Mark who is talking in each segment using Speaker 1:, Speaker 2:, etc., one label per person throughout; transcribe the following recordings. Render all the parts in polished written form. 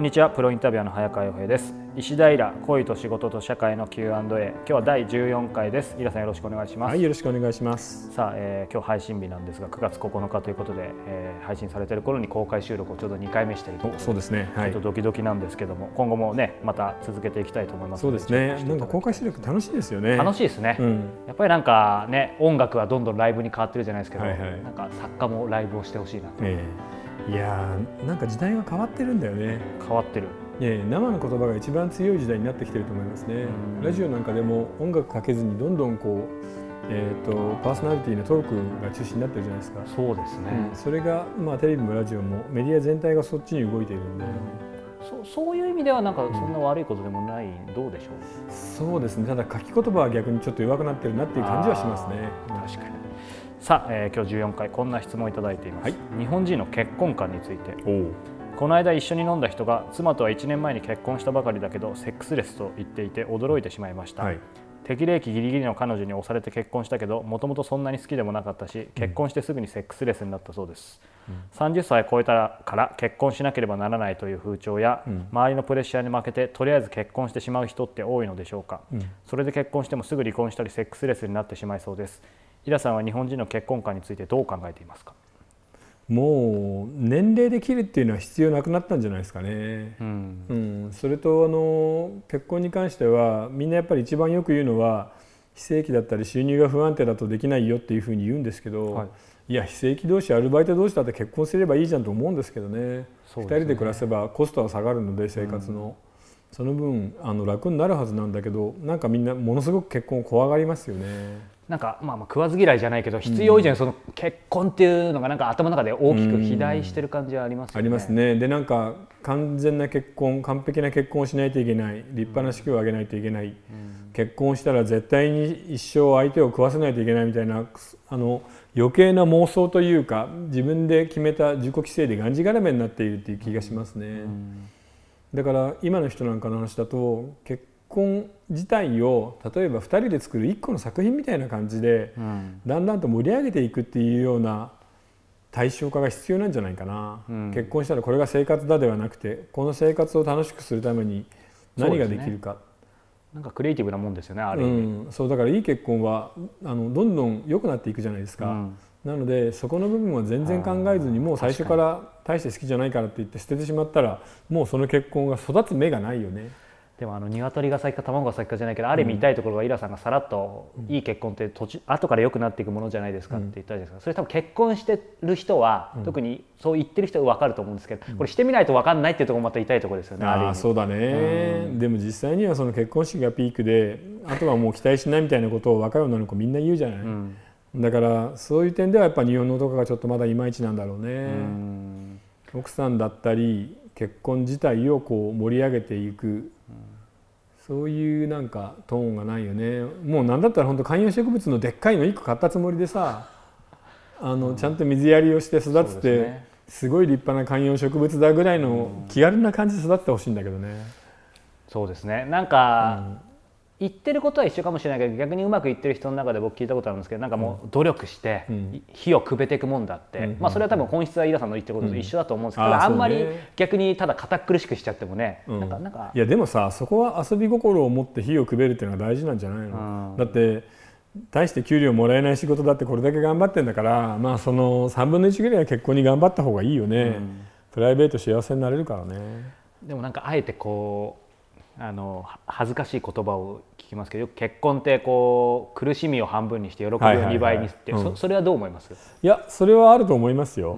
Speaker 1: にちは、プロインタビュアーの早川洋平です。石平恋と仕事と社会の Q&A、 今日は第14回です。イラさんよろしくお願いします。
Speaker 2: はい、よろしくお願いします。
Speaker 1: さあ、今日配信日なんですが、9月9日ということで、配信されている頃に公開収録をちょうど2回目しているということで、
Speaker 2: そうですね、はい、
Speaker 1: ちょっとドキドキなんですけども、今後もねまた続けていきたいと思いますので。
Speaker 2: そうですね、なんか公開収録楽しいですよね。
Speaker 1: 楽しいですね、やっぱりなんかね、音楽はどんどんライブに変わってるじゃないですけど、なんか作家もライブをしてほしいなと、
Speaker 2: いやー、なんか時代が変わってるんだよね。
Speaker 1: 変わってる。
Speaker 2: 生の言葉が一番強い時代になってきてると思いますね。ラジオなんかでも音楽かけずにどんどんこう、パーソナリティのトークが中心になってるじゃないですか。
Speaker 1: そうですね、
Speaker 2: それが、テレビもラジオもメディア全体がそっちに動いているんで、
Speaker 1: そういう意味ではなんかそんな悪いことでもない、どうでしょう。
Speaker 2: そうですね、ただ書き言葉は逆にちょっと弱くなってるなっていう感じはしますね。
Speaker 1: 確かに。さあ、今日14回こんな質問をいただいています、日本人の結婚観について。この間一緒に飲んだ人が妻とは1年前に結婚したばかりだけどセックスレスと言っていて驚いてしまいました、適齢期ギリギリの彼女に押されて結婚したけど、もともとそんなに好きでもなかったし、結婚してすぐにセックスレスになったそうです、30歳超えたから結婚しなければならないという風潮や、周りのプレッシャーに負けてとりあえず結婚してしまう人って多いのでしょうか、それで結婚してもすぐ離婚したりセックスレスになってしまいそうです。イラさんは日本人の結婚観についてどう考えていますか。
Speaker 2: もう年齢で切るっていうのは必要なくなったんじゃないですかね。それと結婚に関してはみんなやっぱり一番よく言うのは、非正規だったり収入が不安定だとできないよっていうふうに言うんですけど、いや非正規同士アルバイト同士だって結婚すればいいじゃんと思うんですけどね。2人で暮らせばコストは下がるので生活の、その分楽になるはずなんだけど、なんかみんなものすごく結婚を怖がりますよね。
Speaker 1: なんか食わず嫌いじゃないけど、必要以上にその結婚っていうのがなんか頭の中で大きく肥大してる感じはありますよね。
Speaker 2: ありますね。でなんか完全な結婚、完璧な結婚をしないといけない、立派な式を挙げないといけない、結婚したら絶対に一生相手を食わせないといけないみたいな余計な妄想というか、自分で決めた自己規制でがんじがらめになっているっていう気がしますね。だから今の人なんかの話だと、結婚自体を例えば2人で作る1個の作品みたいな感じで、だんだんと盛り上げていくっていうような対象化が必要なんじゃないかな。結婚したらこれが生活だではなくて、この生活を楽しくするために何ができるか、
Speaker 1: なんかクリエイティブなもんですよね、ある意味。
Speaker 2: そうだからいい結婚はどんどん良くなっていくじゃないですか。なのでそこの部分は全然考えずに、もう最初から大して好きじゃないからって言って捨ててしまったら、もうその結婚が育つ芽がないよね。
Speaker 1: でも鶏が先か卵が先かじゃないけど、ある意味痛いところはイラさんがさらっと、いい結婚って後から良くなっていくものじゃないですかって言ったじゃないですか。それ多分結婚してる人は、特にそう言ってる人は分かると思うんですけど、これしてみないと分かんないっていうところもまた痛いところですよね。
Speaker 2: そうだね、でも実際にはその結婚式がピークで、あとはもう期待しないみたいなことを若い女の子みんな言うじゃない、だからそういう点ではやっぱ日本の男がちょっとまだいまいちなんだろうね。奥さんだったり結婚自体をこう盛り上げていく、そういうなんかトーンがないよね。もうなんだったら本当観葉植物のでっかいの1個買ったつもりでさ、ちゃんと水やりをして育てて、すごい立派な観葉植物だぐらいの気軽な感じで育ててほしいんだけどね。
Speaker 1: そうですね、なんか、言ってることは一緒かもしれないけど、逆にうまくいってる人の中で僕聞いたことあるんですけど、なんかもう努力して火をくべていくもんだって、それは多分本質はイラさんの言ってることと一緒だと思うんですけど、あんまり逆にただ堅苦しくしちゃってもね、なんか
Speaker 2: いやでもさ、そこは遊び心を持って火をくべるっていうのが大事なんじゃないの。だって大して給料もらえない仕事だってこれだけ頑張ってんだから、その3分の1ぐらいは結婚に頑張った方がいいよね。プライベート幸せになれるからね。
Speaker 1: でもなんかあえてこう恥ずかしい言葉を聞きますけど、よく結婚ってこう苦しみを半分にして喜びを2倍にって、それはどう思います？
Speaker 2: いや、それはあると思いますよ。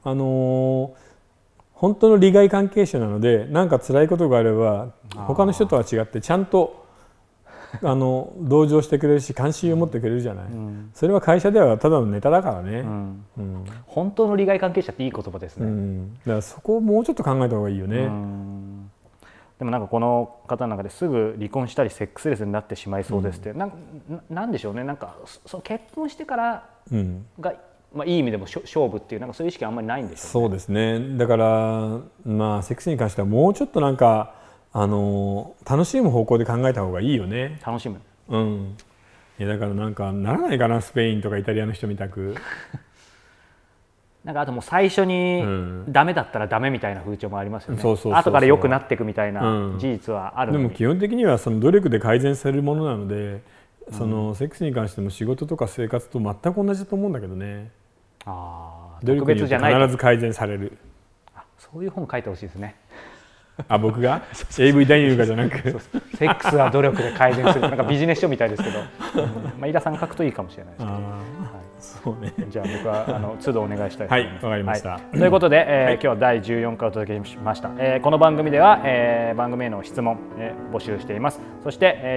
Speaker 2: 本当の利害関係者なので、何か辛いことがあれば他の人とは違ってちゃんと同情してくれるし、関心を持ってくれるじゃない。それは会社ではただのネタだからね。
Speaker 1: 本当の利害関係者っていい言葉ですね。
Speaker 2: だからそこをもうちょっと考えた方がいいよね。
Speaker 1: でもなんかこの方の中ですぐ離婚したりセックスレスになってしまいそうですって、なんでしょうね、なんかその結婚してからが、いい意味でも勝負っていう、なんかそういう意識はあんまりないんでしょうね。
Speaker 2: そうですね。だからセックスに関してはもうちょっとなんか楽しむ方向で考えた方がいいよね。
Speaker 1: 楽しむ。
Speaker 2: いやだからなんかならないかな、スペインとかイタリアの人みたく。
Speaker 1: なんかあともう最初にダメだったらダメみたいな風潮もありますよね。後
Speaker 2: 後
Speaker 1: から良くなっていくみたいな事実はあるのに、
Speaker 2: でも基本的にはその努力で改善されるものなので、そのセックスに関しても仕事とか生活と全く同じだと思うんだけどね。努力によって必ず改善される。
Speaker 1: そういう本書いてほしいですね。
Speaker 2: 僕がAV 男優かじゃなく
Speaker 1: セックスは努力で改善する、なんかビジネス書みたいですけど、飯田さんが書くといいかもしれないですけど。
Speaker 2: そうね、
Speaker 1: じゃあ僕は都度お願いしたいと思います。
Speaker 2: わかりました。
Speaker 1: ということで、今日は第14回お届けしました。この番組では、番組への質問、募集しています。そして、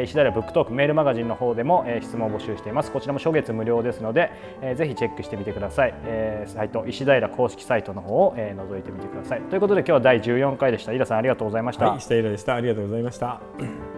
Speaker 1: 石平ブックトークメールマガジンの方でも、質問を募集しています。こちらも初月無料ですので、ぜひチェックしてみてください。サイト石平公式サイトの方を、覗いてみてください。ということで今日は第14回でした。飯田さんありがとうございました。
Speaker 2: 石平でした。ありがとうございました。